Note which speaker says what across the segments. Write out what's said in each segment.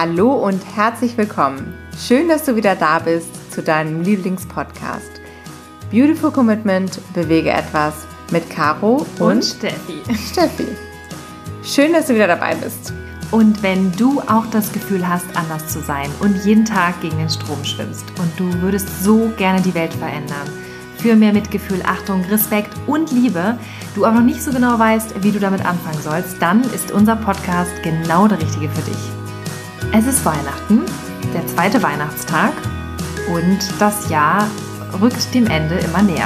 Speaker 1: Hallo und herzlich willkommen. Schön, dass du wieder da bist zu deinem Lieblingspodcast. Beautiful Commitment, bewege etwas mit Caro und Steffi. Schön, dass du wieder dabei bist.
Speaker 2: Und wenn du auch das Gefühl hast, anders zu sein und jeden Tag gegen den Strom schwimmst und du würdest so gerne die Welt verändern, für mehr Mitgefühl, Achtung, Respekt und Liebe, du aber noch nicht so genau weißt, wie du damit anfangen sollst, dann ist unser Podcast genau der richtige für dich. Es ist Weihnachten, der zweite Weihnachtstag und das Jahr rückt dem Ende immer näher.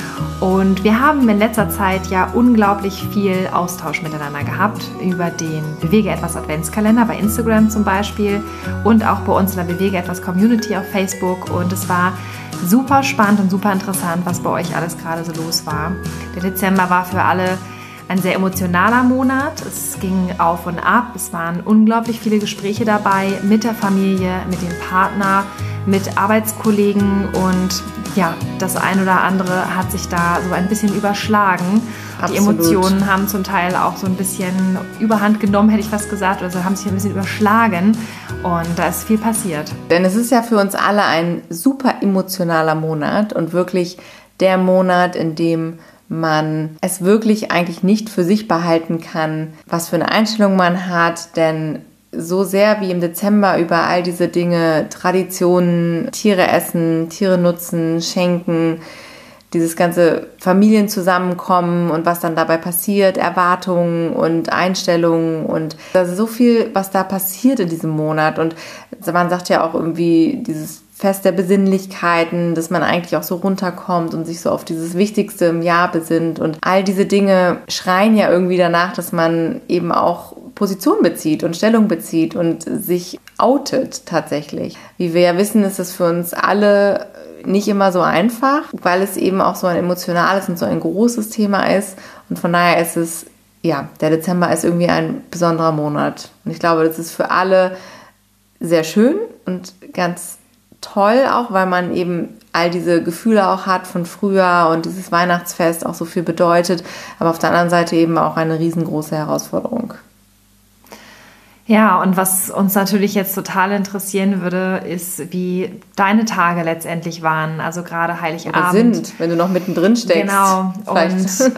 Speaker 2: Und wir haben in letzter Zeit ja unglaublich viel Austausch miteinander gehabt über den Bewege etwas Adventskalender bei Instagram zum Beispiel und auch bei uns in der Bewege etwas Community auf Facebook. Und es war super spannend und super interessant, was bei euch alles gerade so los war. Der Dezember war für alle ein sehr emotionaler Monat. Es ging auf und ab. Es waren unglaublich viele Gespräche dabei mit der Familie, mit dem Partner, mit Arbeitskollegen und ja, das ein oder andere hat sich da so ein bisschen überschlagen. Absolut. Die Emotionen haben zum Teil auch so ein bisschen Überhand genommen, hätte ich fast gesagt, also haben sich ein bisschen überschlagen und da ist viel passiert.
Speaker 1: Denn es ist ja für uns alle ein super emotionaler Monat und wirklich der Monat, in dem man es wirklich eigentlich nicht für sich behalten kann, was für eine Einstellung man hat, denn so sehr wie im Dezember über all diese Dinge, Traditionen, Tiere essen, Tiere nutzen, schenken, dieses ganze Familienzusammenkommen und was dann dabei passiert, Erwartungen und Einstellungen und da ist so viel, was da passiert in diesem Monat und man sagt ja auch irgendwie dieses Fest der Besinnlichkeiten, dass man eigentlich auch so runterkommt und sich so auf dieses Wichtigste im Jahr besinnt und all diese Dinge schreien ja irgendwie danach, dass man eben auch Position bezieht und Stellung bezieht und sich outet tatsächlich. Wie wir ja wissen, ist es für uns alle nicht immer so einfach, weil es eben auch so ein emotionales und so ein großes Thema ist und von daher ist es, ja, der Dezember ist irgendwie ein besonderer Monat und ich glaube, das ist für alle sehr schön und ganz toll auch, weil man eben all diese Gefühle auch hat von früher und dieses Weihnachtsfest auch so viel bedeutet, aber auf der anderen Seite eben auch eine riesengroße Herausforderung.
Speaker 2: Ja, und was uns natürlich jetzt total interessieren würde, ist, wie deine Tage letztendlich waren, also gerade Heiligabend.
Speaker 1: Oder sind, wenn du noch mittendrin steckst.
Speaker 2: Genau, und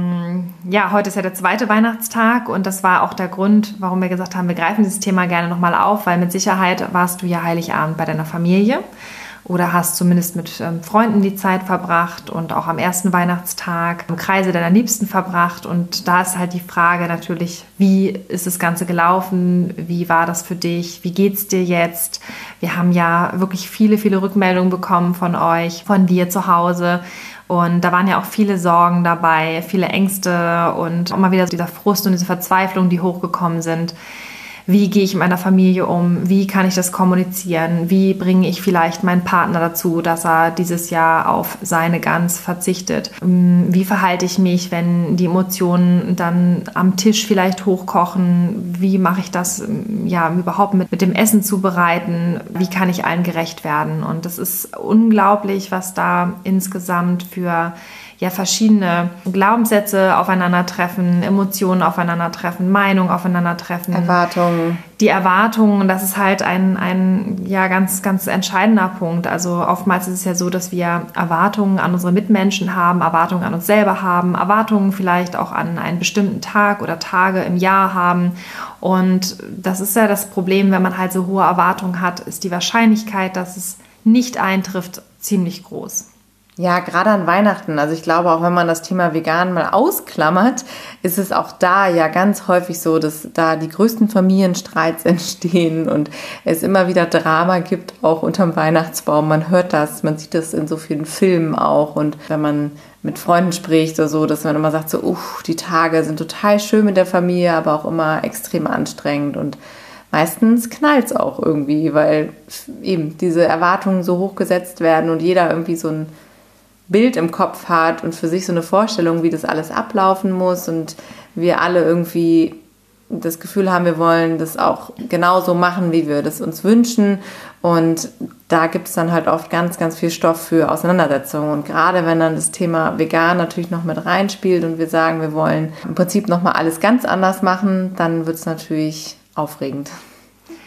Speaker 2: ja, heute ist ja der zweite Weihnachtstag und das war auch der Grund, warum wir gesagt haben, wir greifen dieses Thema gerne nochmal auf, weil mit Sicherheit warst du ja Heiligabend bei deiner Familie oder hast zumindest mit Freunden die Zeit verbracht und auch am ersten Weihnachtstag im Kreise deiner Liebsten verbracht. Und da ist halt die Frage natürlich, wie ist das Ganze gelaufen? Wie war das für dich? Wie geht's dir jetzt? Wir haben ja wirklich viele, viele Rückmeldungen bekommen von euch, von dir zu Hause. Und da waren ja auch viele Sorgen dabei, viele Ängste und immer wieder dieser Frust und diese Verzweiflung, die hochgekommen sind. Wie gehe ich mit meiner Familie um? Wie kann ich das kommunizieren? Wie bringe ich vielleicht meinen Partner dazu, dass er dieses Jahr auf seine Gans verzichtet? Wie verhalte ich mich, wenn die Emotionen dann am Tisch vielleicht hochkochen? Wie mache ich das ja überhaupt mit dem Essen zubereiten? Wie kann ich allen gerecht werden? Und das ist unglaublich, was da insgesamt für ja verschiedene Glaubenssätze aufeinandertreffen, Emotionen aufeinandertreffen, Meinungen aufeinandertreffen.
Speaker 1: Erwartungen.
Speaker 2: Die Erwartungen, das ist halt ein ja ganz, ganz entscheidender Punkt. Also oftmals ist es ja so, dass wir Erwartungen an unsere Mitmenschen haben, Erwartungen an uns selber haben, Erwartungen vielleicht auch an einen bestimmten Tag oder Tage im Jahr haben. Und das ist ja das Problem, wenn man halt so hohe Erwartungen hat, ist die Wahrscheinlichkeit, dass es nicht eintrifft, ziemlich groß.
Speaker 1: Ja, gerade an Weihnachten. Also ich glaube, auch wenn man das Thema vegan mal ausklammert, ist es auch da ja ganz häufig so, dass da die größten Familienstreits entstehen und es immer wieder Drama gibt, auch unterm Weihnachtsbaum. Man hört das, man sieht das in so vielen Filmen auch. Und wenn man mit Freunden spricht oder so, dass man immer sagt so, die Tage sind total schön mit der Familie, aber auch immer extrem anstrengend und meistens knallt es auch irgendwie, weil eben diese Erwartungen so hochgesetzt werden und jeder irgendwie so ein Bild im Kopf hat und für sich so eine Vorstellung, wie das alles ablaufen muss und wir alle irgendwie das Gefühl haben, wir wollen das auch genauso machen, wie wir das uns wünschen und da gibt es dann halt oft ganz, ganz viel Stoff für Auseinandersetzungen und gerade wenn dann das Thema vegan natürlich noch mit reinspielt und wir sagen, wir wollen im Prinzip nochmal alles ganz anders machen, dann wird es natürlich aufregend.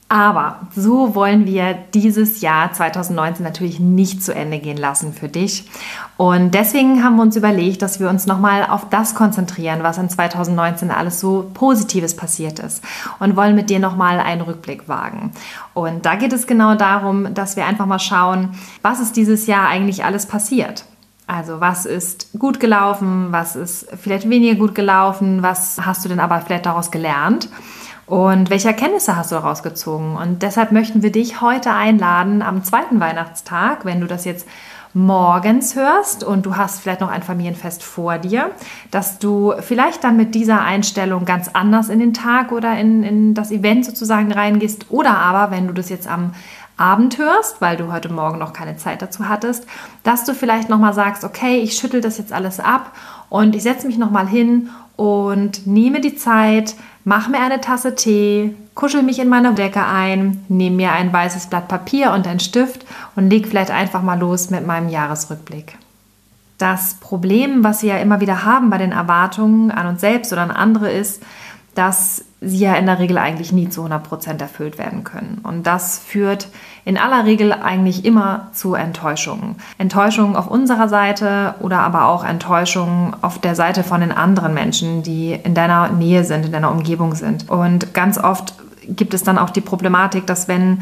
Speaker 2: Aber so wollen wir dieses Jahr 2019 natürlich nicht zu Ende gehen lassen für dich. Und deswegen haben wir uns überlegt, dass wir uns nochmal auf das konzentrieren, was in 2019 alles so Positives passiert ist. Und wollen mit dir nochmal einen Rückblick wagen. Und da geht es genau darum, dass wir einfach mal schauen, was ist dieses Jahr eigentlich alles passiert. Also was ist gut gelaufen, was ist vielleicht weniger gut gelaufen, was hast du denn aber vielleicht daraus gelernt? Und welche Erkenntnisse hast du daraus gezogen? Und deshalb möchten wir dich heute einladen, am zweiten Weihnachtstag, wenn du das jetzt morgens hörst und du hast vielleicht noch ein Familienfest vor dir, dass du vielleicht dann mit dieser Einstellung ganz anders in den Tag oder in das Event sozusagen reingehst. Oder aber, wenn du das jetzt am Abend hörst, weil du heute Morgen noch keine Zeit dazu hattest, dass du vielleicht nochmal sagst, okay, ich schüttel das jetzt alles ab und ich setze mich nochmal hin und nehme die Zeit, mach mir eine Tasse Tee, kuschel mich in meine Decke ein, nehme mir ein weißes Blatt Papier und einen Stift und leg vielleicht einfach mal los mit meinem Jahresrückblick. Das Problem, was wir ja immer wieder haben bei den Erwartungen an uns selbst oder an andere, ist, dass sie ja in der Regel eigentlich nie zu 100% erfüllt werden können. Und das führt in aller Regel eigentlich immer zu Enttäuschungen. Enttäuschungen auf unserer Seite oder aber auch Enttäuschungen auf der Seite von den anderen Menschen, die in deiner Nähe sind, in deiner Umgebung sind. Und ganz oft gibt es dann auch die Problematik, dass wenn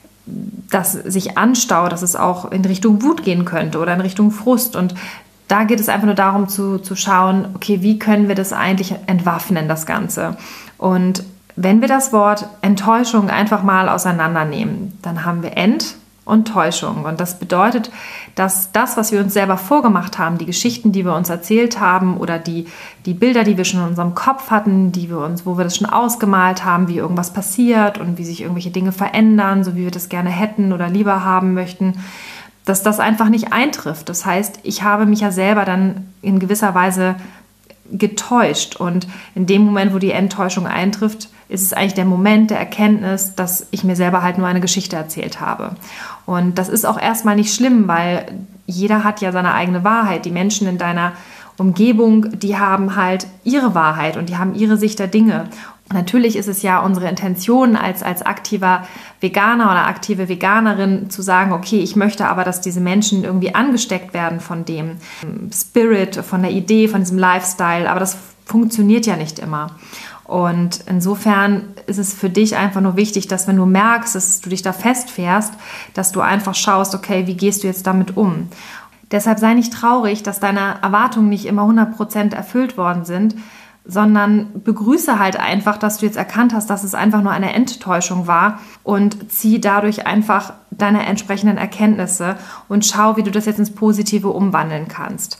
Speaker 2: das sich anstaut, dass es auch in Richtung Wut gehen könnte oder in Richtung Frust. Und da geht es einfach nur darum zu schauen, okay, wie können wir das eigentlich entwaffnen, das Ganze? Und wenn wir das Wort Enttäuschung einfach mal auseinandernehmen, dann haben wir Ent- und Täuschung. Und das bedeutet, dass das, was wir uns selber vorgemacht haben, die Geschichten, die wir uns erzählt haben oder die Bilder, die wir schon in unserem Kopf hatten, wo wir das schon ausgemalt haben, wie irgendwas passiert und wie sich irgendwelche Dinge verändern, so wie wir das gerne hätten oder lieber haben möchten, dass das einfach nicht eintrifft. Das heißt, ich habe mich ja selber dann in gewisser Weise getäuscht. Und in dem Moment, wo die Enttäuschung eintrifft, ist es eigentlich der Moment der Erkenntnis, dass ich mir selber halt nur eine Geschichte erzählt habe. Und das ist auch erstmal nicht schlimm, weil jeder hat ja seine eigene Wahrheit. Die Menschen in deiner Umgebung, die haben halt ihre Wahrheit und die haben ihre Sicht der Dinge. Natürlich ist es ja unsere Intention als aktiver Veganer oder aktive Veganerin zu sagen, okay, ich möchte aber, dass diese Menschen irgendwie angesteckt werden von dem Spirit, von der Idee, von diesem Lifestyle, aber das funktioniert ja nicht immer. Und insofern ist es für dich einfach nur wichtig, dass wenn du merkst, dass du dich da festfährst, dass du einfach schaust, okay, wie gehst du jetzt damit um? Deshalb sei nicht traurig, dass deine Erwartungen nicht immer 100% erfüllt worden sind, sondern begrüße halt einfach, dass du jetzt erkannt hast, dass es einfach nur eine Enttäuschung war und zieh dadurch einfach deine entsprechenden Erkenntnisse und schau, wie du das jetzt ins Positive umwandeln kannst.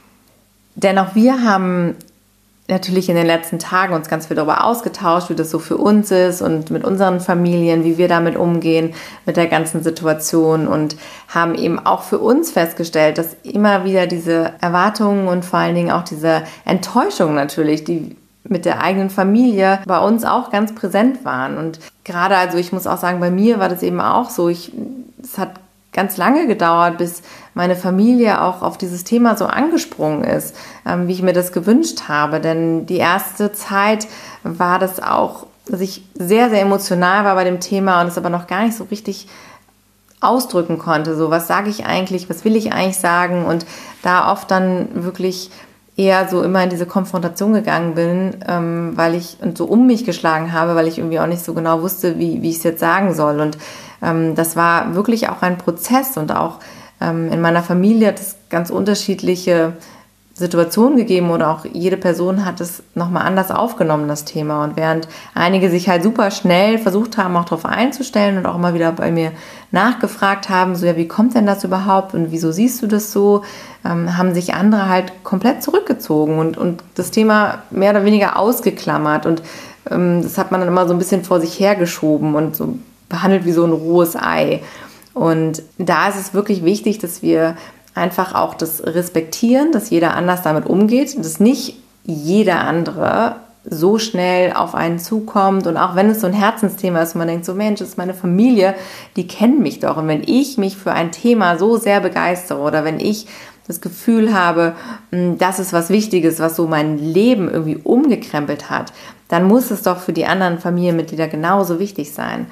Speaker 1: Denn auch wir haben natürlich in den letzten Tagen uns ganz viel darüber ausgetauscht, wie das so für uns ist und mit unseren Familien, wie wir damit umgehen, mit der ganzen Situation und haben eben auch für uns festgestellt, dass immer wieder diese Erwartungen und vor allen Dingen auch diese Enttäuschung natürlich, die mit der eigenen Familie bei uns auch ganz präsent waren. Und gerade, also ich muss auch sagen, bei mir war das eben auch so, es hat ganz lange gedauert, bis meine Familie auch auf dieses Thema so angesprungen ist, wie ich mir das gewünscht habe. Denn die erste Zeit war das auch, dass ich sehr, sehr emotional war bei dem Thema und es aber noch gar nicht so richtig ausdrücken konnte. So, was sage ich eigentlich, was will ich eigentlich sagen? Und da oft dann wirklich eher so immer in diese Konfrontation gegangen bin, weil ich und so um mich geschlagen habe, weil ich irgendwie auch nicht so genau wusste, wie ich es jetzt sagen soll. Und das war wirklich auch ein Prozess und auch in meiner Familie hat es ganz unterschiedliche Situationen gegeben oder auch jede Person hat es nochmal anders aufgenommen, das Thema. Und während einige sich halt super schnell versucht haben, auch darauf einzustellen und auch immer wieder bei mir nachgefragt haben, so ja, wie kommt denn das überhaupt und wieso siehst du das so, haben sich andere halt komplett zurückgezogen und das Thema mehr oder weniger ausgeklammert. Und das hat man dann immer so ein bisschen vor sich hergeschoben und so behandelt wie so ein rohes Ei. Und da ist es wirklich wichtig, dass wir einfach auch das respektieren, dass jeder anders damit umgeht, dass nicht jeder andere so schnell auf einen zukommt und auch wenn es so ein Herzensthema ist und man denkt so, Mensch, das ist meine Familie, die kennen mich doch und wenn ich mich für ein Thema so sehr begeistere oder wenn ich das Gefühl habe, das ist was Wichtiges, was so mein Leben irgendwie umgekrempelt hat, dann muss es doch für die anderen Familienmitglieder genauso wichtig sein.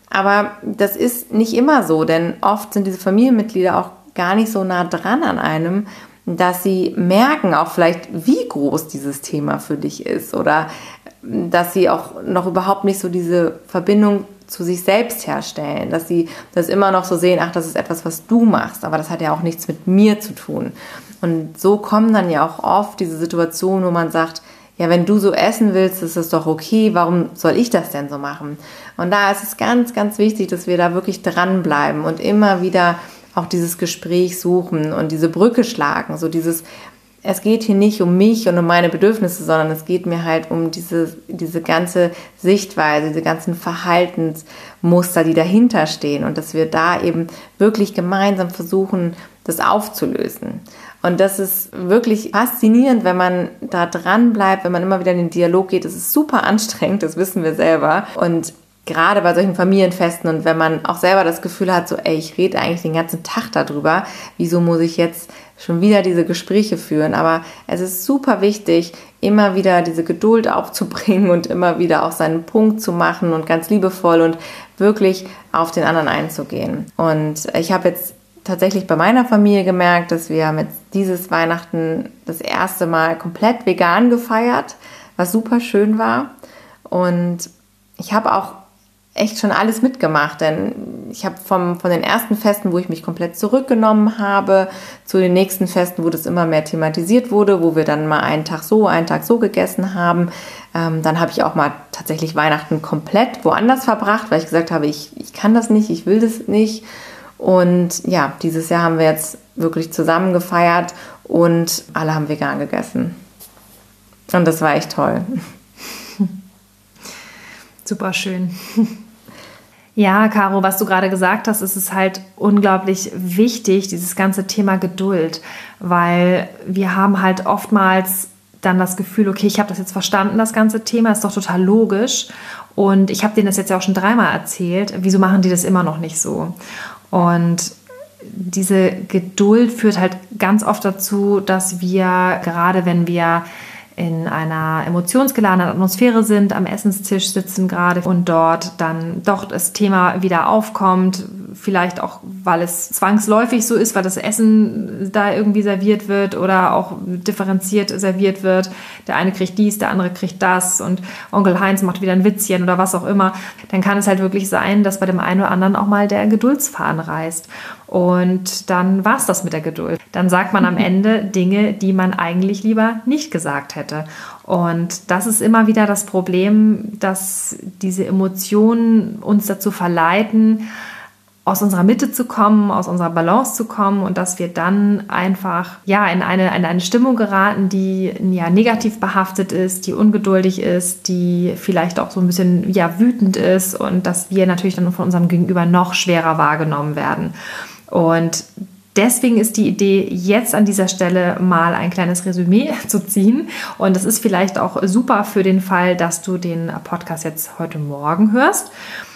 Speaker 1: Aber das ist nicht immer so, denn oft sind diese Familienmitglieder auch gar nicht so nah dran an einem, dass sie merken auch vielleicht, wie groß dieses Thema für dich ist oder dass sie auch noch überhaupt nicht so diese Verbindung zu sich selbst herstellen, dass sie das immer noch so sehen, ach, das ist etwas, was du machst, aber das hat ja auch nichts mit mir zu tun. Und so kommen dann ja auch oft diese Situationen, wo man sagt, ja, wenn du so essen willst, ist das doch okay, warum soll ich das denn so machen? Und da ist es ganz, ganz wichtig, dass wir da wirklich dranbleiben und immer wieder auch dieses Gespräch suchen und diese Brücke schlagen, so dieses, es geht hier nicht um mich und um meine Bedürfnisse, sondern es geht mir halt um diese ganze Sichtweise, diese ganzen Verhaltensmuster, die dahinter stehen und dass wir da eben wirklich gemeinsam versuchen, das aufzulösen. Und das ist wirklich faszinierend, wenn man da dran bleibt, wenn man immer wieder in den Dialog geht. Das ist super anstrengend, das wissen wir selber. Und gerade bei solchen Familienfesten und wenn man auch selber das Gefühl hat, so, ey, ich rede eigentlich den ganzen Tag darüber, wieso muss ich jetzt schon wieder diese Gespräche führen? Aber es ist super wichtig, immer wieder diese Geduld aufzubringen und immer wieder auch seinen Punkt zu machen und ganz liebevoll und wirklich auf den anderen einzugehen. Und ich habe jetzt tatsächlich bei meiner Familie gemerkt, dass wir mit dieses Weihnachten das erste Mal komplett vegan gefeiert, was super schön war. Und ich habe auch echt schon alles mitgemacht, denn ich habe von den ersten Festen, wo ich mich komplett zurückgenommen habe, zu den nächsten Festen, wo das immer mehr thematisiert wurde, wo wir dann mal einen Tag so gegessen haben. Dann habe ich auch mal tatsächlich Weihnachten komplett woanders verbracht, weil ich gesagt habe, ich kann das nicht, ich will das nicht. Und ja, dieses Jahr haben wir jetzt wirklich zusammen gefeiert und alle haben vegan gegessen. Und das war echt toll.
Speaker 2: Super schön. Ja, Caro, was du gerade gesagt hast, ist es halt unglaublich wichtig, dieses ganze Thema Geduld, weil wir haben halt oftmals dann das Gefühl, okay, ich habe das jetzt verstanden, das ganze Thema, ist doch total logisch und ich habe denen das jetzt ja auch schon 3-mal erzählt, wieso machen die das immer noch nicht so? Und diese Geduld führt halt ganz oft dazu, dass wir, gerade wenn wir in einer emotionsgeladenen Atmosphäre sind, am Essenstisch sitzen gerade und dort dann doch das Thema wieder aufkommt, vielleicht auch, weil es zwangsläufig so ist, weil das Essen da irgendwie serviert wird oder auch differenziert serviert wird. Der eine kriegt dies, der andere kriegt das und Onkel Heinz macht wieder ein Witzchen oder was auch immer. Dann kann es halt wirklich sein, dass bei dem einen oder anderen auch mal der Geduldsfaden reißt. Und dann war es das mit der Geduld. Dann sagt man am Ende Dinge, die man eigentlich lieber nicht gesagt hätte. Und das ist immer wieder das Problem, dass diese Emotionen uns dazu verleiten, aus unserer Mitte zu kommen, aus unserer Balance zu kommen und dass wir dann einfach in eine Stimmung geraten, die negativ behaftet ist, die ungeduldig ist, die vielleicht auch so ein bisschen wütend ist und dass wir natürlich dann von unserem Gegenüber noch schwerer wahrgenommen werden. Und deswegen ist die Idee, jetzt an dieser Stelle mal ein kleines Resümee zu ziehen. Und das ist vielleicht auch super für den Fall, dass du den Podcast jetzt heute Morgen hörst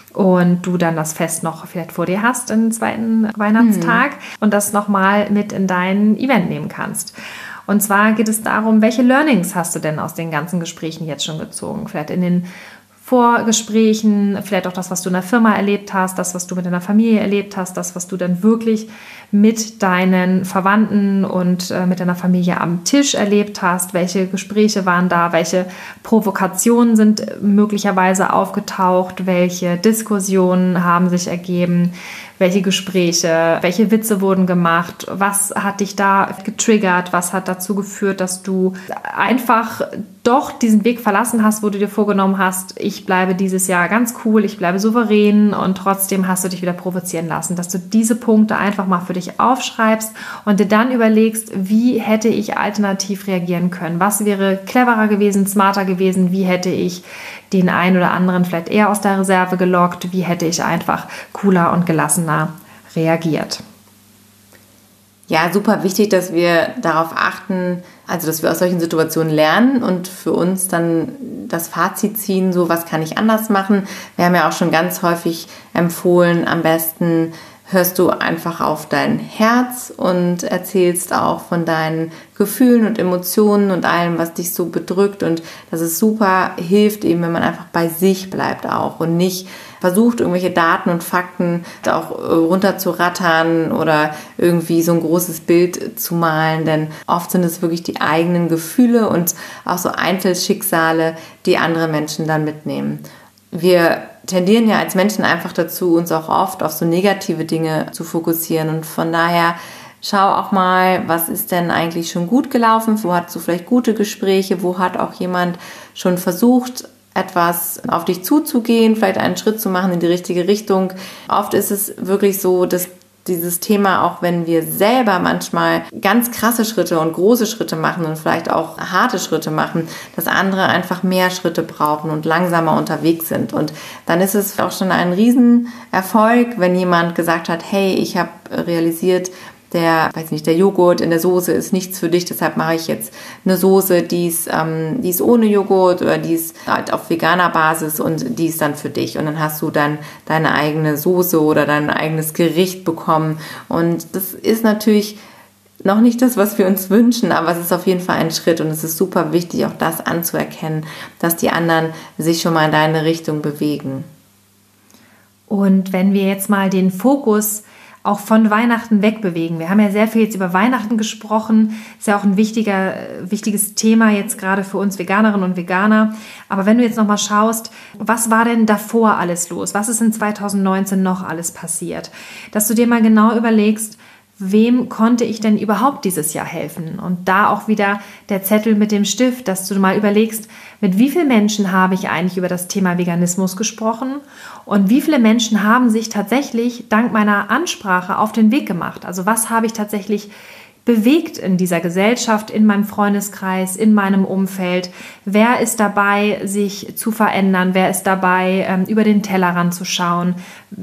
Speaker 2: und du dann das Fest noch vielleicht vor dir hast, den 2. Weihnachtstag und das nochmal mit in dein Event nehmen kannst. Und zwar geht es darum, welche Learnings hast du denn aus den ganzen Gesprächen jetzt schon gezogen? Vielleicht in den Vorgesprächen, vielleicht auch das, was du in der Firma erlebt hast, das, was du mit deiner Familie erlebt hast, das, was du dann wirklich mit deinen Verwandten und mit deiner Familie am Tisch erlebt hast. Welche Gespräche waren da? Welche Provokationen sind möglicherweise aufgetaucht? Welche Diskussionen haben sich ergeben? Welche Gespräche, welche Witze wurden gemacht? Was hat dich da getriggert? Was hat dazu geführt, dass du einfach doch diesen Weg verlassen hast, wo du dir vorgenommen hast, ich bleibe dieses Jahr ganz cool, ich bleibe souverän und trotzdem hast du dich wieder provozieren lassen, dass du diese Punkte einfach mal für dich aufschreibst und dir dann überlegst, wie hätte ich alternativ reagieren können? Was wäre cleverer gewesen, smarter gewesen? Wie hätte ich den einen oder anderen vielleicht eher aus der Reserve gelockt? Wie hätte ich einfach cooler und gelassener reagiert?
Speaker 1: Ja, super wichtig, dass wir darauf achten, also dass wir aus solchen Situationen lernen und für uns dann das Fazit ziehen, so was kann ich anders machen. Wir haben ja auch schon ganz häufig empfohlen, am besten hörst du einfach auf dein Herz und erzählst auch von deinen Gefühlen und Emotionen und allem, was dich so bedrückt und dass es super hilft, eben wenn man einfach bei sich bleibt auch und nicht versucht, irgendwelche Daten und Fakten auch runterzurattern oder irgendwie so ein großes Bild zu malen, denn oft sind es wirklich die eigenen Gefühle und auch so Einzelschicksale, die andere Menschen dann mitnehmen. Wir tendieren ja als Menschen einfach dazu, uns auch oft auf so negative Dinge zu fokussieren und von daher schau auch mal, was ist denn eigentlich schon gut gelaufen, wo hast du vielleicht gute Gespräche, wo hat auch jemand schon versucht, etwas auf dich zuzugehen, vielleicht einen Schritt zu machen in die richtige Richtung. Oft ist es wirklich so, dass dieses Thema, auch wenn wir selber manchmal ganz krasse Schritte und große Schritte machen und vielleicht auch harte Schritte machen, dass andere einfach mehr Schritte brauchen und langsamer unterwegs sind. Und dann ist es auch schon ein Riesenerfolg, wenn jemand gesagt hat, hey, ich habe realisiert, der Joghurt in der Soße ist nichts für dich, deshalb mache ich jetzt eine Soße, die ist ohne Joghurt oder die ist halt auf veganer Basis und die ist dann für dich. Und dann hast du dann deine eigene Soße oder dein eigenes Gericht bekommen. Und das ist natürlich noch nicht das, was wir uns wünschen, aber es ist auf jeden Fall ein Schritt und es ist super wichtig, auch das anzuerkennen, dass die anderen sich schon mal in deine Richtung bewegen.
Speaker 2: Und wenn wir jetzt mal den Fokus auch von Weihnachten wegbewegen. Wir haben ja sehr viel jetzt über Weihnachten gesprochen. Ist ja auch ein wichtiges Thema jetzt gerade für uns Veganerinnen und Veganer. Aber wenn du jetzt nochmal schaust, was war denn davor alles los? Was ist in 2019 noch alles passiert? Dass du dir mal genau überlegst, wem konnte ich denn überhaupt dieses Jahr helfen? Und da auch wieder der Zettel mit dem Stift, dass du mal überlegst, mit wie vielen Menschen habe ich eigentlich über das Thema Veganismus gesprochen und wie viele Menschen haben sich tatsächlich dank meiner Ansprache auf den Weg gemacht? Also was habe ich tatsächlich bewegt in dieser Gesellschaft, in meinem Freundeskreis, in meinem Umfeld? Wer ist dabei, sich zu verändern? Wer ist dabei, über den Tellerrand zu schauen?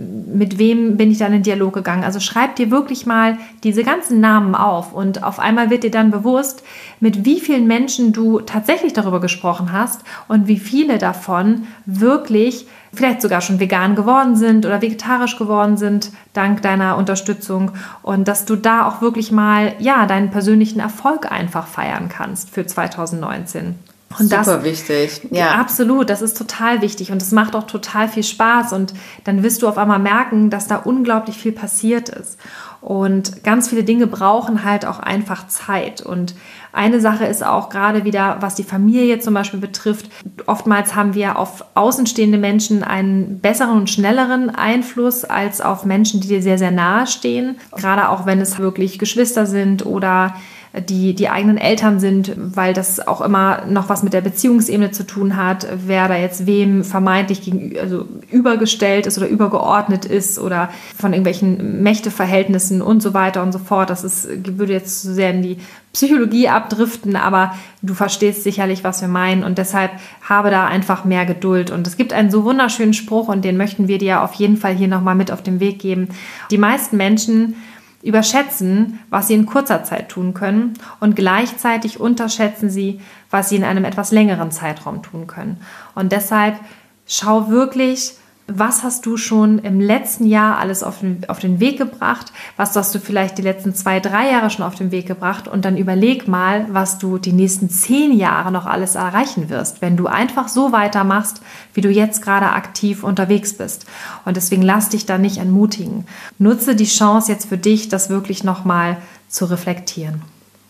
Speaker 2: Mit wem bin ich dann in Dialog gegangen? Also schreib dir wirklich mal diese ganzen Namen auf und auf einmal wird dir dann bewusst, mit wie vielen Menschen du tatsächlich darüber gesprochen hast und wie viele davon wirklich vielleicht sogar schon vegan geworden sind oder vegetarisch geworden sind, dank deiner Unterstützung. Und dass du da auch wirklich mal, deinen persönlichen Erfolg einfach feiern kannst für 2019. Und
Speaker 1: super wichtig.
Speaker 2: Ja, absolut. Das ist total wichtig und es macht auch total viel Spaß und dann wirst du auf einmal merken, dass da unglaublich viel passiert ist. Und ganz viele Dinge brauchen halt auch einfach Zeit. Und eine Sache ist auch gerade wieder, was die Familie zum Beispiel betrifft, oftmals haben wir auf außenstehende Menschen einen besseren und schnelleren Einfluss als auf Menschen, die dir sehr, sehr nahe stehen. Gerade auch, wenn es wirklich Geschwister sind oder die eigenen Eltern sind, weil das auch immer noch was mit der Beziehungsebene zu tun hat, wer da jetzt wem vermeintlich übergestellt ist oder übergeordnet ist oder von irgendwelchen Mächteverhältnissen und so weiter und so fort. Würde jetzt zu sehr in die Psychologie abdriften, aber du verstehst sicherlich, was wir meinen und deshalb habe da einfach mehr Geduld. Und es gibt einen so wunderschönen Spruch und den möchten wir dir auf jeden Fall hier nochmal mit auf den Weg geben. Die meisten Menschen überschätzen, was sie in kurzer Zeit tun können und gleichzeitig unterschätzen sie, was sie in einem etwas längeren Zeitraum tun können. Und deshalb schau wirklich, was hast du schon im letzten Jahr alles auf den Weg gebracht? Was hast du vielleicht die letzten 2-3 Jahre schon auf den Weg gebracht? Und dann überleg mal, was du die nächsten 10 Jahre noch alles erreichen wirst, wenn du einfach so weitermachst, wie du jetzt gerade aktiv unterwegs bist. Und deswegen lass dich da nicht entmutigen. Nutze die Chance jetzt für dich, das wirklich nochmal zu reflektieren.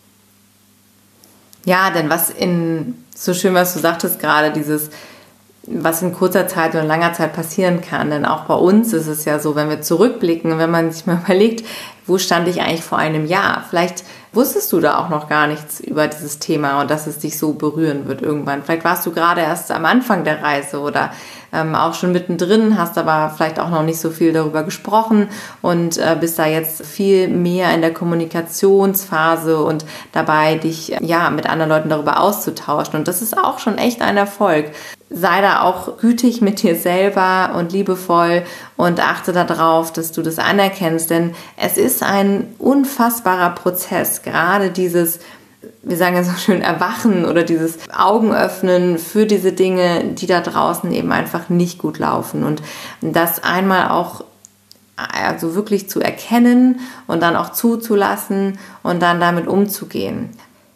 Speaker 1: Ja, denn so schön, was du sagtest gerade, was in kurzer Zeit oder langer Zeit passieren kann. Denn auch bei uns ist es ja so, wenn wir zurückblicken, wenn man sich mal überlegt, wo stand ich eigentlich vor einem Jahr? Vielleicht wusstest du da auch noch gar nichts über dieses Thema und dass es dich so berühren wird irgendwann. Vielleicht warst du gerade erst am Anfang der Reise oder auch schon mittendrin, hast aber vielleicht auch noch nicht so viel darüber gesprochen und bist da jetzt viel mehr in der Kommunikationsphase und dabei, dich mit anderen Leuten darüber auszutauschen. Und das ist auch schon echt ein Erfolg. Sei da auch gütig mit dir selber und liebevoll und achte darauf, dass du das anerkennst, denn es ist ein unfassbarer Prozess, gerade dieses, wir sagen ja so schön, Erwachen oder dieses Augenöffnen für diese Dinge, die da draußen eben einfach nicht gut laufen und das einmal auch also wirklich zu erkennen und dann auch zuzulassen und dann damit umzugehen.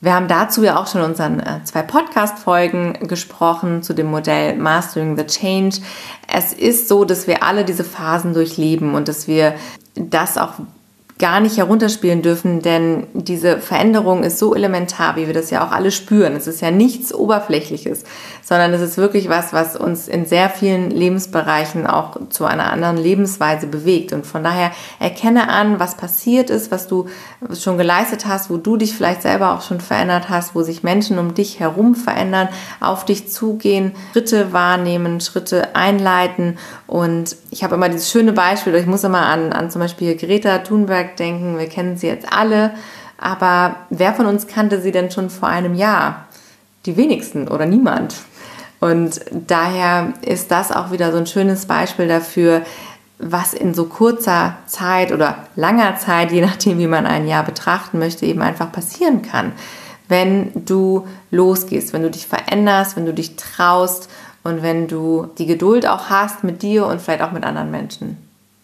Speaker 1: Wir haben dazu ja auch schon in unseren 2 Podcast-Folgen gesprochen zu dem Modell Mastering the Change. Es ist so, dass wir alle diese Phasen durchleben und dass wir das auch gar nicht herunterspielen dürfen, denn diese Veränderung ist so elementar, wie wir das ja auch alle spüren. Es ist ja nichts Oberflächliches, sondern es ist wirklich was uns in sehr vielen Lebensbereichen auch zu einer anderen Lebensweise bewegt. Und von daher erkenne an, was passiert ist, was du schon geleistet hast, wo du dich vielleicht selber auch schon verändert hast, wo sich Menschen um dich herum verändern, auf dich zugehen, Schritte wahrnehmen, Schritte einleiten. Und ich habe immer dieses schöne Beispiel, ich muss immer an zum Beispiel Greta Thunberg denken, wir kennen sie jetzt alle, aber wer von uns kannte sie denn schon vor einem Jahr? Die wenigsten oder niemand. Und daher ist das auch wieder so ein schönes Beispiel dafür, was in so kurzer Zeit oder langer Zeit, je nachdem wie man ein Jahr betrachten möchte, eben einfach passieren kann. Wenn du losgehst, wenn du dich veränderst, wenn du dich traust und wenn du die Geduld auch hast mit dir und vielleicht auch mit anderen Menschen.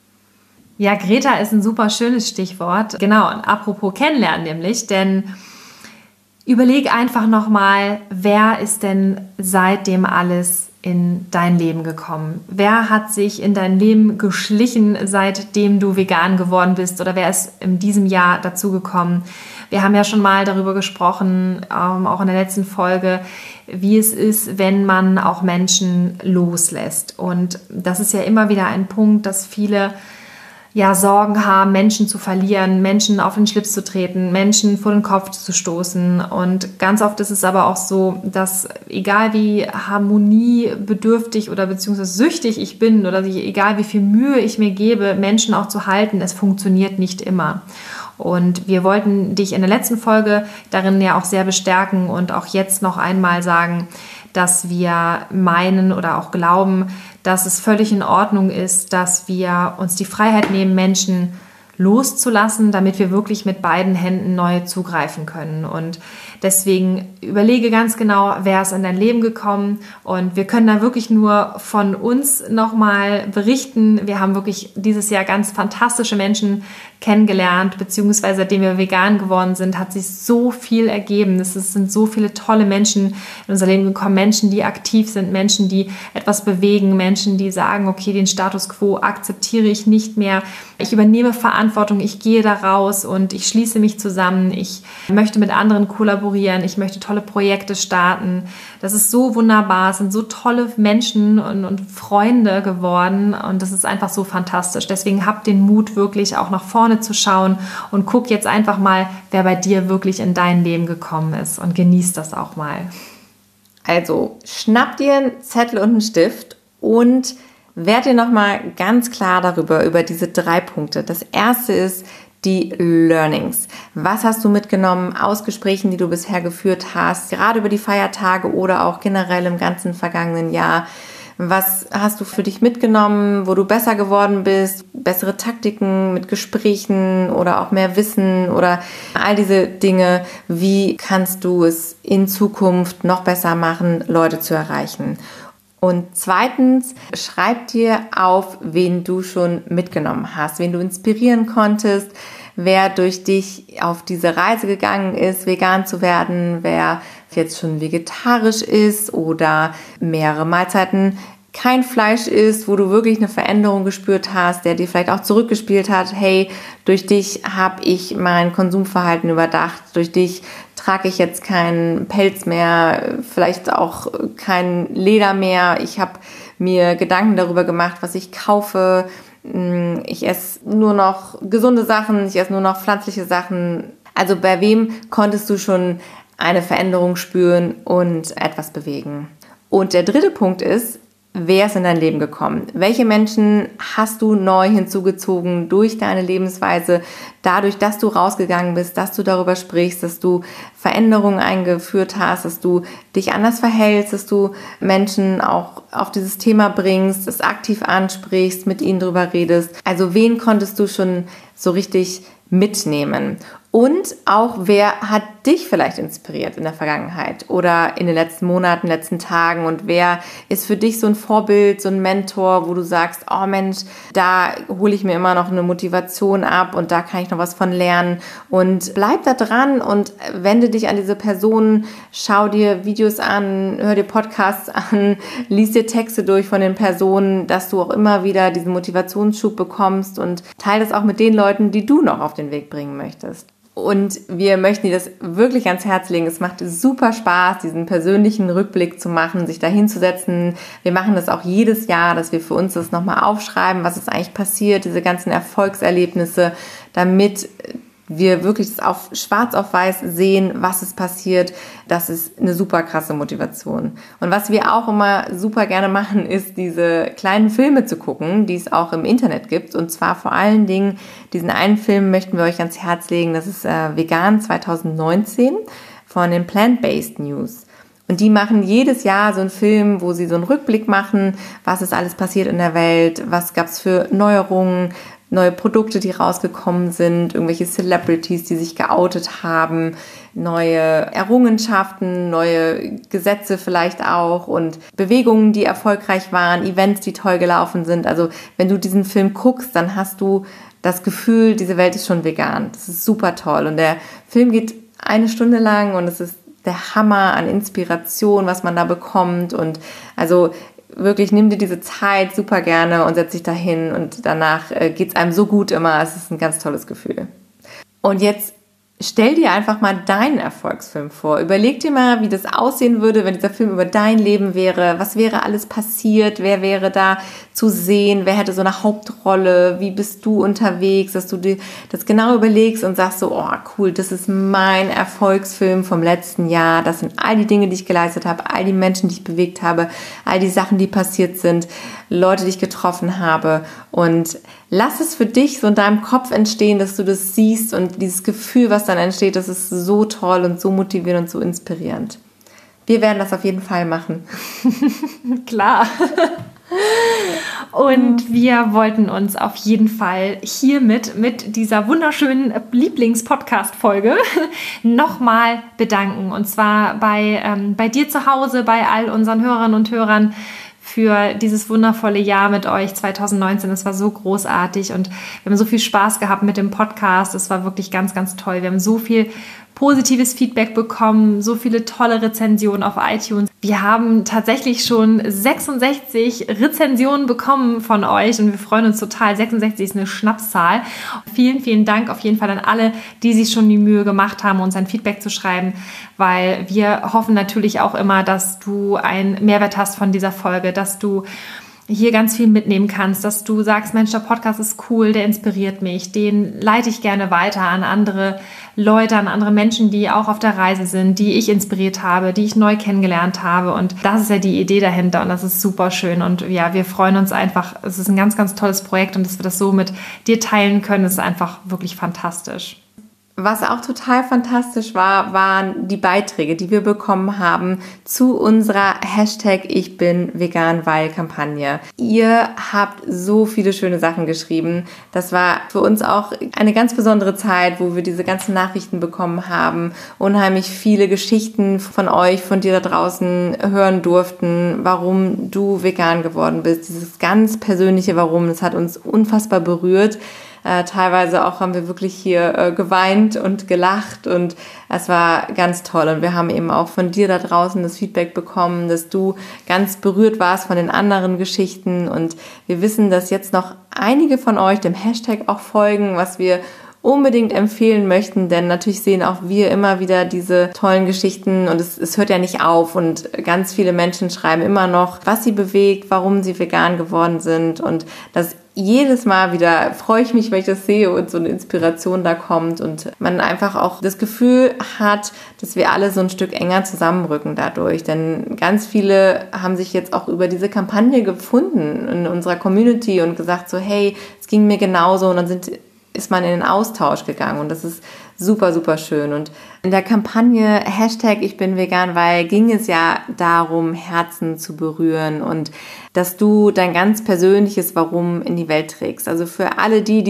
Speaker 2: Ja, Greta ist ein super schönes Stichwort. Genau, und apropos kennenlernen nämlich, denn überleg einfach nochmal, wer ist denn seitdem alles in dein Leben gekommen? Wer hat sich in dein Leben geschlichen, seitdem du vegan geworden bist? Oder wer ist in diesem Jahr dazugekommen? Wir haben ja schon mal darüber gesprochen, auch in der letzten Folge, wie es ist, wenn man auch Menschen loslässt. Und das ist ja immer wieder ein Punkt, dass viele Sorgen haben, Menschen zu verlieren, Menschen auf den Schlips zu treten, Menschen vor den Kopf zu stoßen. Und ganz oft ist es aber auch so, dass egal wie harmoniebedürftig oder beziehungsweise süchtig ich bin oder egal wie viel Mühe ich mir gebe, Menschen auch zu halten, es funktioniert nicht immer. Und wir wollten dich in der letzten Folge darin ja auch sehr bestärken und auch jetzt noch einmal sagen, dass wir meinen oder auch glauben, dass es völlig in Ordnung ist, dass wir uns die Freiheit nehmen, Menschen loszulassen, damit wir wirklich mit beiden Händen neu zugreifen können. Und deswegen überlege ganz genau, wer ist in dein Leben gekommen. Und wir können da wirklich nur von uns nochmal berichten. Wir haben wirklich dieses Jahr ganz fantastische Menschen kennengelernt, beziehungsweise seitdem wir vegan geworden sind, hat sich so viel ergeben. Es sind so viele tolle Menschen in unser Leben gekommen. Menschen, die aktiv sind, Menschen, die etwas bewegen, Menschen, die sagen, okay, den Status quo akzeptiere ich nicht mehr. Ich übernehme Verantwortung, ich gehe da raus und ich schließe mich zusammen. Ich möchte mit anderen kollaborieren, ich möchte tolle Projekte starten. Das ist so wunderbar, es sind so tolle Menschen und Freunde geworden und das ist einfach so fantastisch. Deswegen hab den Mut, wirklich auch nach vorne zu schauen und guck jetzt einfach mal, wer bei dir wirklich in dein Leben gekommen ist und genieß das auch mal.
Speaker 1: Also schnapp dir einen Zettel und einen Stift und werd dir nochmal ganz klar über diese 3 Punkte. Das erste ist die Learnings. Was hast du mitgenommen aus Gesprächen, die du bisher geführt hast, gerade über die Feiertage oder auch generell im ganzen vergangenen Jahr? Was hast du für dich mitgenommen, wo du besser geworden bist, bessere Taktiken mit Gesprächen oder auch mehr Wissen oder all diese Dinge? Wie kannst du es in Zukunft noch besser machen, Leute zu erreichen? Und zweitens, schreib dir auf, wen du schon mitgenommen hast, wen du inspirieren konntest, wer durch dich auf diese Reise gegangen ist, vegan zu werden, wer jetzt schon vegetarisch ist oder mehrere Mahlzeiten kein Fleisch isst, wo du wirklich eine Veränderung gespürt hast, der dir vielleicht auch zurückgespielt hat, hey, durch dich habe ich mein Konsumverhalten überdacht, durch dich trage ich jetzt keinen Pelz mehr, vielleicht auch kein Leder mehr, ich habe mir Gedanken darüber gemacht, was ich kaufe, ich esse nur noch gesunde Sachen, ich esse nur noch pflanzliche Sachen. Also bei wem konntest du schon eine Veränderung spüren und etwas bewegen? Und der dritte Punkt ist, wer ist in dein Leben gekommen? Welche Menschen hast du neu hinzugezogen durch deine Lebensweise, dadurch, dass du rausgegangen bist, dass du darüber sprichst, dass du Veränderungen eingeführt hast, dass du dich anders verhältst, dass du Menschen auch auf dieses Thema bringst, es aktiv ansprichst, mit ihnen drüber redest. Also wen konntest du schon so richtig mitnehmen? Und auch, wer hat dich vielleicht inspiriert in der Vergangenheit oder in den letzten Monaten, letzten Tagen und wer ist für dich so ein Vorbild, so ein Mentor, wo du sagst, oh Mensch, da hole ich mir immer noch eine Motivation ab und da kann ich noch was von lernen, und bleib da dran und wende dich an diese Personen, schau dir Videos an, hör dir Podcasts an, lies dir Texte durch von den Personen, dass du auch immer wieder diesen Motivationsschub bekommst, und teile das auch mit den Leuten, die du noch auf den Weg bringen möchtest. Und wir möchten dir das wirklich ans Herz legen. Es macht super Spaß, diesen persönlichen Rückblick zu machen, sich da hinzusetzen. Wir machen das auch jedes Jahr, dass wir für uns das nochmal aufschreiben, was ist eigentlich passiert, diese ganzen Erfolgserlebnisse, damit wir wirklich das auf schwarz auf weiß sehen, was ist passiert. Das ist eine super krasse Motivation. Und was wir auch immer super gerne machen, ist diese kleinen Filme zu gucken, die es auch im Internet gibt. Und zwar vor allen Dingen diesen einen Film möchten wir euch ans Herz legen. Das ist Vegan 2019 von den Plant-Based News. Und die machen jedes Jahr so einen Film, wo sie so einen Rückblick machen, was ist alles passiert in der Welt, was gab es für Neuerungen, neue Produkte, die rausgekommen sind, irgendwelche Celebrities, die sich geoutet haben, neue Errungenschaften, neue Gesetze vielleicht auch und Bewegungen, die erfolgreich waren, Events, die toll gelaufen sind. Also wenn du diesen Film guckst, dann hast du das Gefühl, diese Welt ist schon vegan. Das ist super toll. Und der Film geht 1 Stunde lang und es ist der Hammer an Inspiration, was man da bekommt. Und also wirklich, nimm dir diese Zeit super gerne und setz dich dahin, und danach geht's einem so gut immer. Es ist ein ganz tolles Gefühl. Und jetzt stell dir einfach mal deinen Erfolgsfilm vor. Überleg dir mal, wie das aussehen würde, wenn dieser Film über dein Leben wäre. Was wäre alles passiert? Wer wäre da zu sehen? Wer hätte so eine Hauptrolle? Wie bist du unterwegs? Dass du dir das genau überlegst und sagst so, oh cool, das ist mein Erfolgsfilm vom letzten Jahr. Das sind all die Dinge, die ich geleistet habe, all die Menschen, die ich bewegt habe, all die Sachen, die passiert sind, Leute, die ich getroffen habe. Und lass es für dich so in deinem Kopf entstehen, dass du das siehst, und dieses Gefühl, was dann entsteht, das ist so toll und so motivierend und so inspirierend. Wir werden das auf jeden Fall machen.
Speaker 2: Klar. Und wir wollten uns auf jeden Fall hiermit mit dieser wunderschönen Lieblings-Podcast-Folge nochmal bedanken. Und zwar bei dir zu Hause, bei all unseren Hörerinnen und Hörern, für dieses wundervolle Jahr mit euch 2019. Es war so großartig und wir haben so viel Spaß gehabt mit dem Podcast. Es war wirklich ganz, ganz toll. Wir haben so viel positives Feedback bekommen, so viele tolle Rezensionen auf iTunes. Wir haben tatsächlich schon 66 Rezensionen bekommen von euch und wir freuen uns total. 66 ist eine Schnapszahl. Vielen, vielen Dank auf jeden Fall an alle, die sich schon die Mühe gemacht haben, uns ein Feedback zu schreiben, weil wir hoffen natürlich auch immer, dass du einen Mehrwert hast von dieser Folge, dass du hier ganz viel mitnehmen kannst, dass du sagst, Mensch, der Podcast ist cool, der inspiriert mich, den leite ich gerne weiter an andere Leute, an andere Menschen, die auch auf der Reise sind, die ich inspiriert habe, die ich neu kennengelernt habe, und das ist ja die Idee dahinter und das ist super schön und ja, wir freuen uns einfach, es ist ein ganz, ganz tolles Projekt und dass wir das so mit dir teilen können, ist einfach wirklich fantastisch.
Speaker 1: Was auch total fantastisch war, waren die Beiträge, die wir bekommen haben zu unserer #IchBinVeganWeil-Kampagne. Ihr habt so viele schöne Sachen geschrieben. Das war für uns auch eine ganz besondere Zeit, wo wir diese ganzen Nachrichten bekommen haben, unheimlich viele Geschichten von euch, von dir da draußen hören durften, warum du vegan geworden bist. Dieses ganz persönliche Warum, das hat uns unfassbar berührt. Teilweise auch haben wir wirklich hier geweint und gelacht und es war ganz toll. Und wir haben eben auch von dir da draußen das Feedback bekommen, dass du ganz berührt warst von den anderen Geschichten. Und wir wissen, dass jetzt noch einige von euch dem Hashtag auch folgen, was wir unbedingt empfehlen möchten, denn natürlich sehen auch wir immer wieder diese tollen Geschichten und es hört ja nicht auf und ganz viele Menschen schreiben immer noch, was sie bewegt, warum sie vegan geworden sind, und das jedes Mal wieder freue ich mich, wenn ich das sehe und so eine Inspiration da kommt und man einfach auch das Gefühl hat, dass wir alle so ein Stück enger zusammenrücken dadurch, denn ganz viele haben sich jetzt auch über diese Kampagne gefunden in unserer Community und gesagt so, hey, es ging mir genauso, und dann ist man in den Austausch gegangen und das ist super, super schön. Und in der Kampagne #IchBinVeganWeil ging es ja darum, Herzen zu berühren und dass du dein ganz persönliches Warum in die Welt trägst. Also für alle die es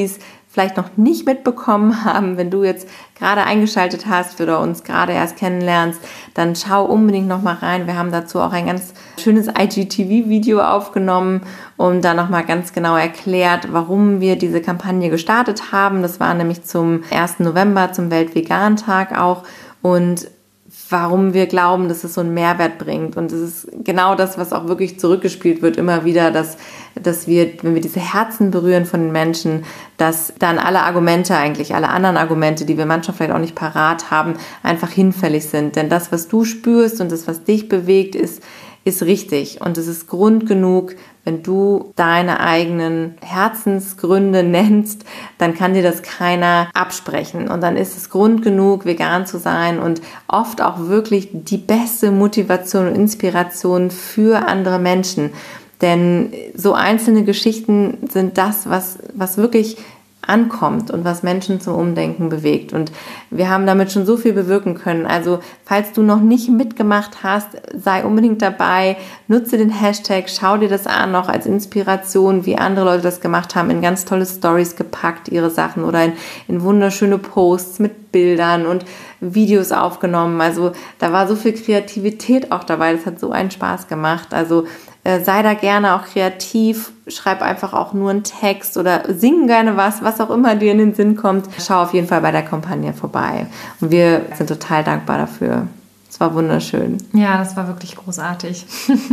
Speaker 1: vielleicht noch nicht mitbekommen haben, wenn du jetzt gerade eingeschaltet hast oder uns gerade erst kennenlernst, dann schau unbedingt nochmal rein. Wir haben dazu auch ein ganz schönes IGTV-Video aufgenommen und da nochmal ganz genau erklärt, warum wir diese Kampagne gestartet haben. Das war nämlich zum 1. November, zum Weltvegan-Tag auch, und warum wir glauben, dass es so einen Mehrwert bringt. Und es ist genau das, was auch wirklich zurückgespielt wird, immer wieder, dass wir, wenn wir diese Herzen berühren von den Menschen, dass dann alle anderen Argumente, die wir manchmal vielleicht auch nicht parat haben, einfach hinfällig sind. Denn das, was du spürst und das, was dich bewegt, ist richtig. Und es ist Grund genug, wenn du deine eigenen Herzensgründe nennst, dann kann dir das keiner absprechen. Und dann ist es Grund genug, vegan zu sein und oft auch wirklich die beste Motivation und Inspiration für andere Menschen. Denn so einzelne Geschichten sind das, was wirklich ankommt und was Menschen zum Umdenken bewegt. Und wir haben damit schon so viel bewirken können. Also falls du noch nicht mitgemacht hast, sei unbedingt dabei, nutze den Hashtag, schau dir das an, noch als Inspiration, wie andere Leute das gemacht haben, in ganz tolle Stories gepackt, ihre Sachen, oder in wunderschöne Posts mit Bildern und Videos aufgenommen. Also da war so viel Kreativität auch dabei, das hat so einen Spaß gemacht. Also sei da gerne auch kreativ, schreib einfach auch nur einen Text oder sing gerne was auch immer dir in den Sinn kommt. Schau auf jeden Fall bei der Kampagne vorbei. Und wir sind total dankbar dafür. Es war wunderschön.
Speaker 2: Ja, das war wirklich großartig.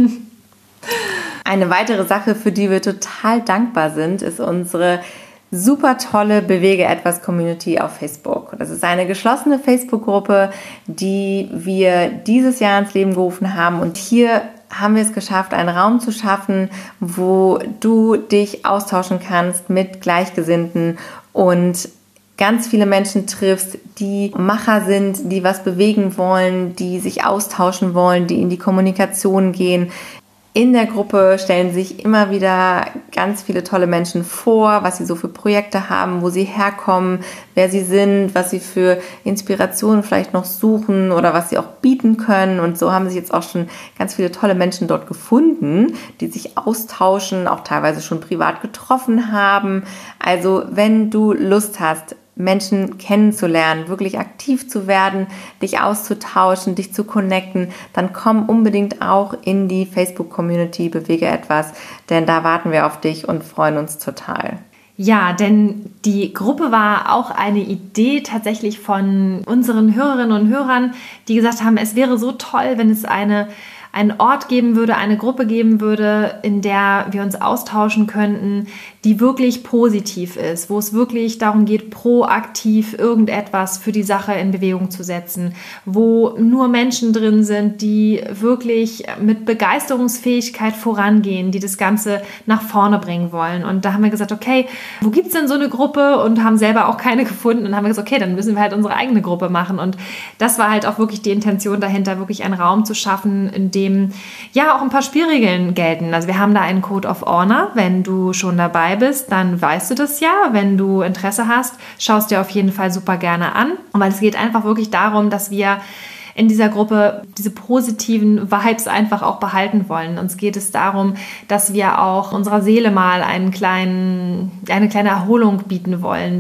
Speaker 1: Eine weitere Sache, für die wir total dankbar sind, ist unsere super tolle Bewege etwas Community auf Facebook. Das ist eine geschlossene Facebook-Gruppe, die wir dieses Jahr ins Leben gerufen haben. Und hier haben wir es geschafft, einen Raum zu schaffen, wo du dich austauschen kannst mit Gleichgesinnten und ganz viele Menschen triffst, die Macher sind, die was bewegen wollen, die sich austauschen wollen, die in die Kommunikation gehen. In der Gruppe stellen sich immer wieder ganz viele tolle Menschen vor, was sie so für Projekte haben, wo sie herkommen, wer sie sind, was sie für Inspirationen vielleicht noch suchen oder was sie auch bieten können. Und so haben sich jetzt auch schon ganz viele tolle Menschen dort gefunden, die sich austauschen, auch teilweise schon privat getroffen haben. Also wenn du Lust hast, Menschen kennenzulernen, wirklich aktiv zu werden, dich auszutauschen, dich zu connecten, dann komm unbedingt auch in die Facebook-Community Bewege etwas, denn da warten wir auf dich und freuen uns total.
Speaker 2: Ja, denn die Gruppe war auch eine Idee tatsächlich von unseren Hörerinnen und Hörern, die gesagt haben, es wäre so toll, wenn es einen Ort geben würde, eine Gruppe geben würde, in der wir uns austauschen könnten, die wirklich positiv ist, wo es wirklich darum geht, proaktiv irgendetwas für die Sache in Bewegung zu setzen, wo nur Menschen drin sind, die wirklich mit Begeisterungsfähigkeit vorangehen, die das Ganze nach vorne bringen wollen. Und da haben wir gesagt, okay, wo gibt's denn so eine Gruppe? Und haben selber auch keine gefunden und haben gesagt, okay, dann müssen wir halt unsere eigene Gruppe machen. Und das war halt auch wirklich die Intention dahinter, wirklich einen Raum zu schaffen, in dem ja auch ein paar Spielregeln gelten. Also wir haben da einen Code of Honor. Wenn du schon dabei bist, dann weißt du das ja. Wenn du Interesse hast, schaust dir auf jeden Fall super gerne an. Und weil es geht einfach wirklich darum, dass wir in dieser Gruppe diese positiven Vibes einfach auch behalten wollen. Uns geht es darum, dass wir auch unserer Seele mal eine kleine Erholung bieten wollen,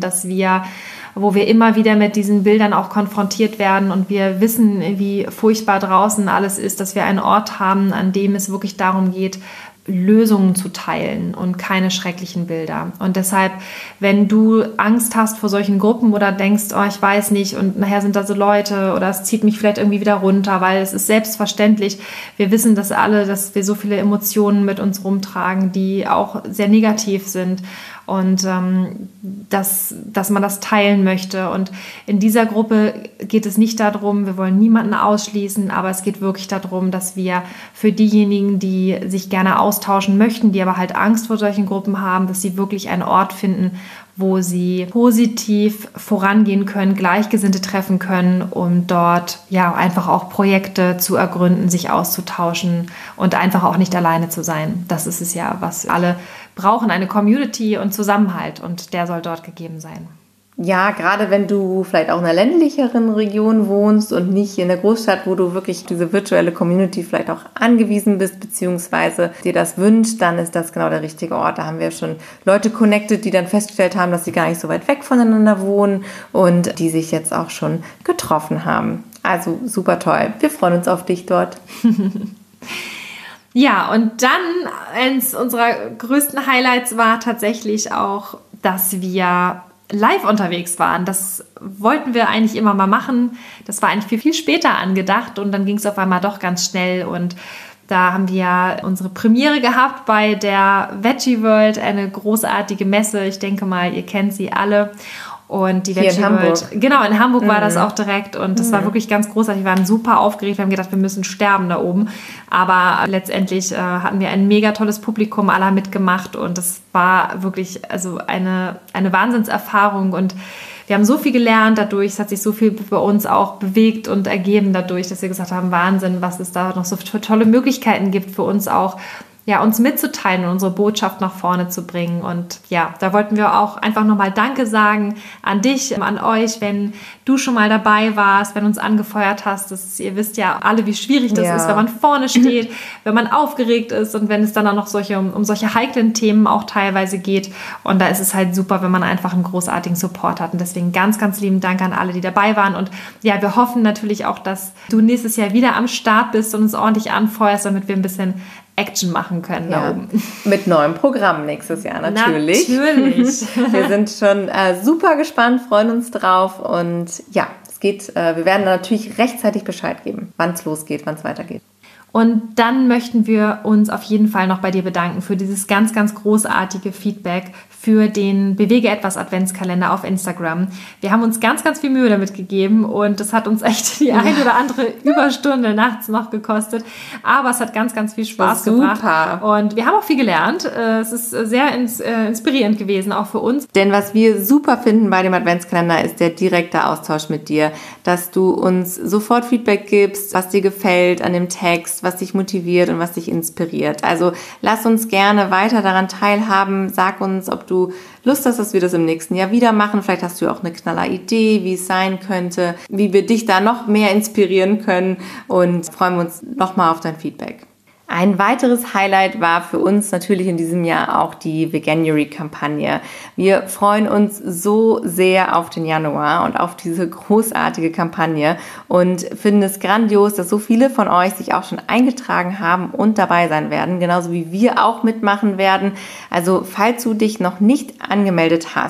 Speaker 2: wo wir immer wieder mit diesen Bildern auch konfrontiert werden und wir wissen, wie furchtbar draußen alles ist, dass wir einen Ort haben, an dem es wirklich darum geht, Lösungen zu teilen und keine schrecklichen Bilder. Und deshalb, wenn du Angst hast vor solchen Gruppen oder denkst, oh, ich weiß nicht und nachher sind da so Leute oder es zieht mich vielleicht irgendwie wieder runter, weil es ist selbstverständlich, wir wissen das alle, dass wir so viele Emotionen mit uns rumtragen, die auch sehr negativ sind und dass man das teilen möchte. Und in dieser Gruppe geht es nicht darum, wir wollen niemanden ausschließen, aber es geht wirklich darum, dass wir für diejenigen, die sich gerne austauschen möchten, die aber halt Angst vor solchen Gruppen haben, dass sie wirklich einen Ort finden, wo sie positiv vorangehen können, Gleichgesinnte treffen können, um dort ja einfach auch Projekte zu ergründen, sich auszutauschen und einfach auch nicht alleine zu sein. Das ist es ja, was alle brauchen, eine Community und Zusammenhalt, und der soll dort gegeben sein.
Speaker 1: Ja, gerade wenn du vielleicht auch in einer ländlicheren Region wohnst und nicht in der Großstadt, wo du wirklich diese virtuelle Community vielleicht auch angewiesen bist, beziehungsweise dir das wünscht, dann ist das genau der richtige Ort. Da haben wir schon Leute connected, die dann festgestellt haben, dass sie gar nicht so weit weg voneinander wohnen und die sich jetzt auch schon getroffen haben. Also super toll. Wir freuen uns auf dich dort.
Speaker 2: Ja, und dann eins unserer größten Highlights war tatsächlich auch, dass wir live unterwegs waren. Das wollten wir eigentlich immer mal machen. Das war eigentlich viel später angedacht und dann ging es auf einmal doch ganz schnell und da haben wir unsere Premiere gehabt bei der Veggie World, eine großartige Messe. Ich denke mal, ihr kennt sie alle. Und die Veggie World, genau, in Hamburg war das auch direkt und das war wirklich ganz großartig. Wir waren super aufgeregt, wir haben gedacht, wir müssen sterben da oben. Aber letztendlich hatten wir ein mega tolles Publikum, alle haben mitgemacht und das war wirklich also eine Wahnsinnserfahrung und wir haben so viel gelernt dadurch, es hat sich so viel bei uns auch bewegt und ergeben dadurch, dass wir gesagt haben, Wahnsinn, was es da noch so tolle Möglichkeiten gibt für uns auch, ja, uns mitzuteilen und unsere Botschaft nach vorne zu bringen. Und ja, da wollten wir auch einfach nochmal Danke sagen an dich, an euch, wenn du schon mal dabei warst, wenn du uns angefeuert hast. Ihr wisst ja alle, wie schwierig das ist, wenn man vorne steht, wenn man aufgeregt ist und wenn es dann auch noch um solche heiklen Themen auch teilweise geht. Und da ist es halt super, wenn man einfach einen großartigen Support hat. Und deswegen ganz, ganz lieben Dank an alle, die dabei waren. Und ja, wir hoffen natürlich auch, dass du nächstes Jahr wieder am Start bist und uns ordentlich anfeuerst, damit wir ein bisschen Action machen können da oben.
Speaker 1: Mit neuem Programm nächstes Jahr natürlich.
Speaker 2: Natürlich.
Speaker 1: Wir sind schon super gespannt, freuen uns drauf und ja, es geht. Wir werden natürlich rechtzeitig Bescheid geben, wann es losgeht, wann es weitergeht.
Speaker 2: Und dann möchten wir uns auf jeden Fall noch bei dir bedanken für dieses ganz, ganz großartige Feedback für den Bewege etwas Adventskalender auf Instagram. Wir haben uns ganz, ganz viel Mühe damit gegeben und das hat uns echt die ein oder andere Überstunde nachts noch gekostet. Aber es hat ganz, ganz viel Spaß gebracht. Und wir haben auch viel gelernt. Es ist sehr inspirierend gewesen, auch für uns.
Speaker 1: Denn was wir super finden bei dem Adventskalender ist der direkte Austausch mit dir, dass du uns sofort Feedback gibst, was dir gefällt an dem Text, was dich motiviert und was dich inspiriert. Also lass uns gerne weiter daran teilhaben. Sag uns, ob du Lust hast, dass wir das im nächsten Jahr wieder machen. Vielleicht hast du ja auch eine knaller Idee, wie es sein könnte, wie wir dich da noch mehr inspirieren können und freuen wir uns nochmal auf dein Feedback. Ein weiteres Highlight war für uns natürlich in diesem Jahr auch die Veganuary-Kampagne. Wir freuen uns so sehr auf den Januar und auf diese großartige Kampagne und finden es grandios, dass so viele von euch sich auch schon eingetragen haben und dabei sein werden, genauso wie wir auch mitmachen werden. Also falls du dich noch nicht angemeldet hast,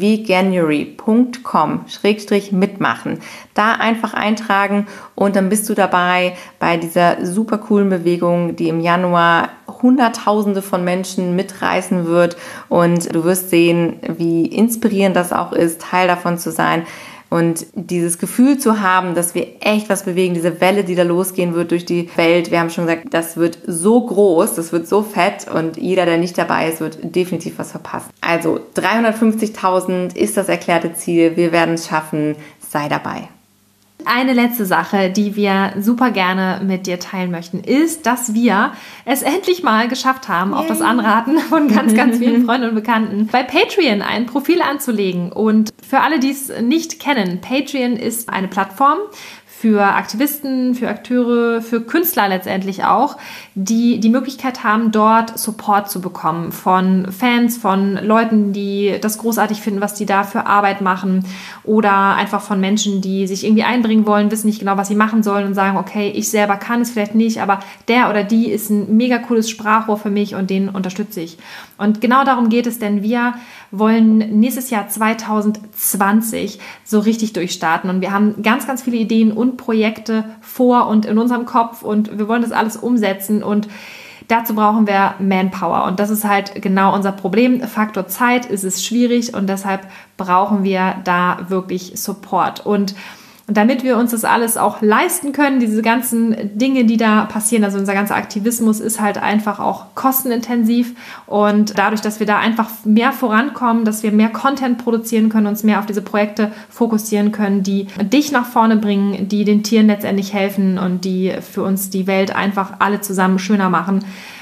Speaker 1: veganuary.com/mitmachen, da einfach eintragen und dann bist du dabei bei dieser super coolen Bewegung, die im Januar Hunderttausende von Menschen mitreißen wird und du wirst sehen, wie inspirierend das auch ist, Teil davon zu sein und dieses Gefühl zu haben, dass wir echt was bewegen, diese Welle, die da losgehen wird durch die Welt. Wir haben schon gesagt, das wird so groß, das wird so fett und jeder, der nicht dabei ist, wird definitiv was verpassen. Also 350.000 ist das erklärte Ziel, wir werden es schaffen, sei dabei.
Speaker 2: Eine letzte Sache, die wir super gerne mit dir teilen möchten, ist, dass wir es endlich mal geschafft haben, auf das Anraten von ganz, ganz vielen Freunden und Bekannten, bei Patreon ein Profil anzulegen. Und für alle, die es nicht kennen, Patreon ist eine Plattform für Aktivisten, für Akteure, für Künstler letztendlich auch, die die Möglichkeit haben, dort Support zu bekommen von Fans, von Leuten, die das großartig finden, was die da für Arbeit machen oder einfach von Menschen, die sich irgendwie einbringen wollen, wissen nicht genau, was sie machen sollen und sagen, okay, ich selber kann es vielleicht nicht, aber der oder die ist ein mega cooles Sprachrohr für mich und den unterstütze ich. Und genau darum geht es, denn wir wollen nächstes Jahr 2020 so richtig durchstarten und wir haben ganz, ganz viele Ideen und Projekte vor und in unserem Kopf und wir wollen das alles umsetzen und dazu brauchen wir Manpower und das ist halt genau unser Problem. Faktor Zeit ist es schwierig und deshalb brauchen wir da wirklich Support und damit wir uns das alles auch leisten können, diese ganzen Dinge, die da passieren, also unser ganzer Aktivismus ist halt einfach auch kostenintensiv und dadurch, dass wir da einfach mehr vorankommen, dass wir mehr Content produzieren können, uns mehr auf diese Projekte fokussieren können, die dich nach vorne bringen, die den Tieren letztendlich helfen und die für uns die Welt einfach alle zusammen schöner machen,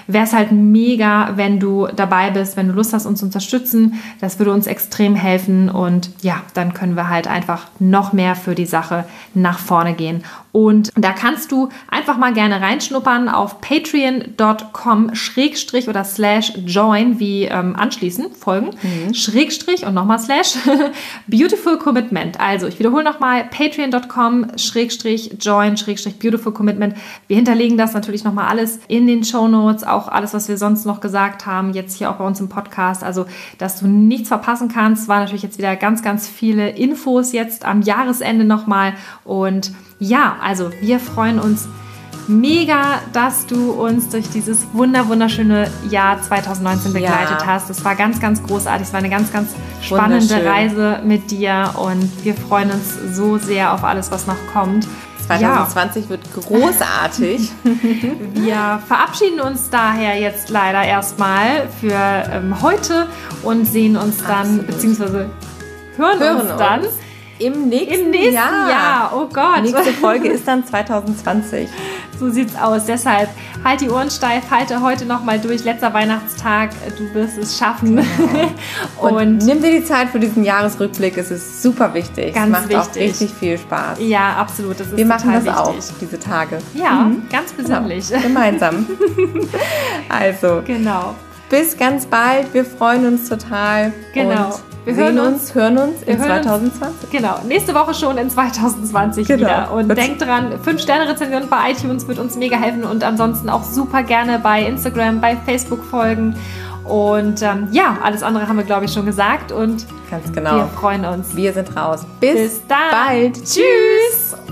Speaker 2: wäre es halt mega, wenn du dabei bist, wenn du Lust hast, uns zu unterstützen. Das würde uns extrem helfen und ja, dann können wir halt einfach noch mehr für die Sache nach vorne gehen. Und da kannst du einfach mal gerne reinschnuppern auf patreon.com/ oder /join, wie anschließen, folgen, / und nochmal / Beautiful Commitment. Also ich wiederhole nochmal patreon.com/ join / Beautiful Commitment. Wir hinterlegen das natürlich nochmal alles in den Shownotes, auch alles, was wir sonst noch gesagt haben, jetzt hier auch bei uns im Podcast, also dass du nichts verpassen kannst. War natürlich jetzt wieder ganz, ganz viele Infos jetzt am Jahresende nochmal und ja, also wir freuen uns mega, dass du uns durch dieses wunderschöne Jahr 2019 begleitet hast. Es war ganz, ganz großartig. Es war eine ganz, ganz spannende Reise mit dir und wir freuen uns so sehr auf alles, was noch kommt.
Speaker 1: 2020 wird großartig.
Speaker 2: Wir verabschieden uns daher jetzt leider erstmal für heute und sehen uns dann, beziehungsweise hören uns dann
Speaker 1: im nächsten
Speaker 2: Jahr. Oh Gott.
Speaker 1: Die nächste Folge ist dann 2020.
Speaker 2: So sieht's aus. Deshalb halt die Ohren steif, halte heute nochmal durch. Letzter Weihnachtstag. Du wirst es schaffen.
Speaker 1: Genau. Und nimm dir die Zeit für diesen Jahresrückblick. Es ist super wichtig.
Speaker 2: Ganz
Speaker 1: macht
Speaker 2: wichtig.
Speaker 1: Auch richtig viel Spaß.
Speaker 2: Ja, absolut. Das ist
Speaker 1: Wir machen das
Speaker 2: wichtig.
Speaker 1: auch, diese Tage.
Speaker 2: Ja, ganz persönlich.
Speaker 1: Genau. Gemeinsam. Also.
Speaker 2: Genau.
Speaker 1: Bis ganz bald. Wir freuen uns total.
Speaker 2: Genau.
Speaker 1: Und wir hören uns in 2020.
Speaker 2: Genau, nächste Woche schon in 2020 wieder. Und denkt dran, 5-Sterne-Rezension bei iTunes wird uns mega helfen und ansonsten auch super gerne bei Instagram, bei Facebook folgen. Und alles andere haben wir, glaube ich, schon gesagt. Und
Speaker 1: ganz genau.
Speaker 2: Wir freuen uns.
Speaker 1: Wir sind raus. Bis
Speaker 2: dann.
Speaker 1: bald.
Speaker 2: Tschüss.